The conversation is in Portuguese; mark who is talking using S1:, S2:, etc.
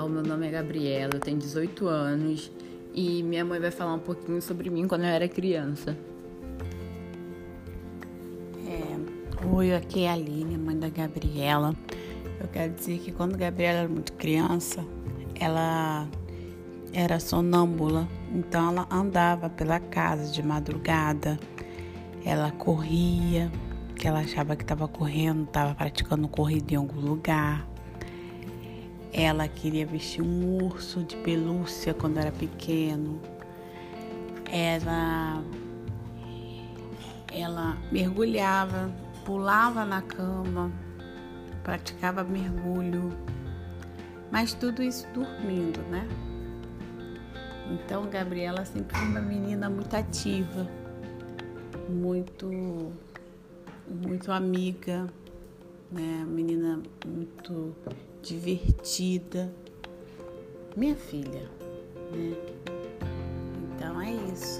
S1: pessoal, meu nome é Gabriela, eu tenho 18 anos e minha mãe vai falar um pouquinho sobre mim quando eu era criança.
S2: Oi, aqui é a Aline, mãe da Gabriela. Eu quero dizer que quando a Gabriela era muito criança, ela era sonâmbula, então ela andava pela casa de madrugada, ela corria, que ela achava que estava correndo, estava praticando corrida em algum lugar. Ela queria vestir um urso de pelúcia quando era pequeno. Ela mergulhava, pulava na cama, praticava mergulho, mas tudo isso dormindo, né? Então, Gabriela sempre foi uma menina muito ativa, muito amiga, né? Menina muito divertida, minha filha, né? Então é isso.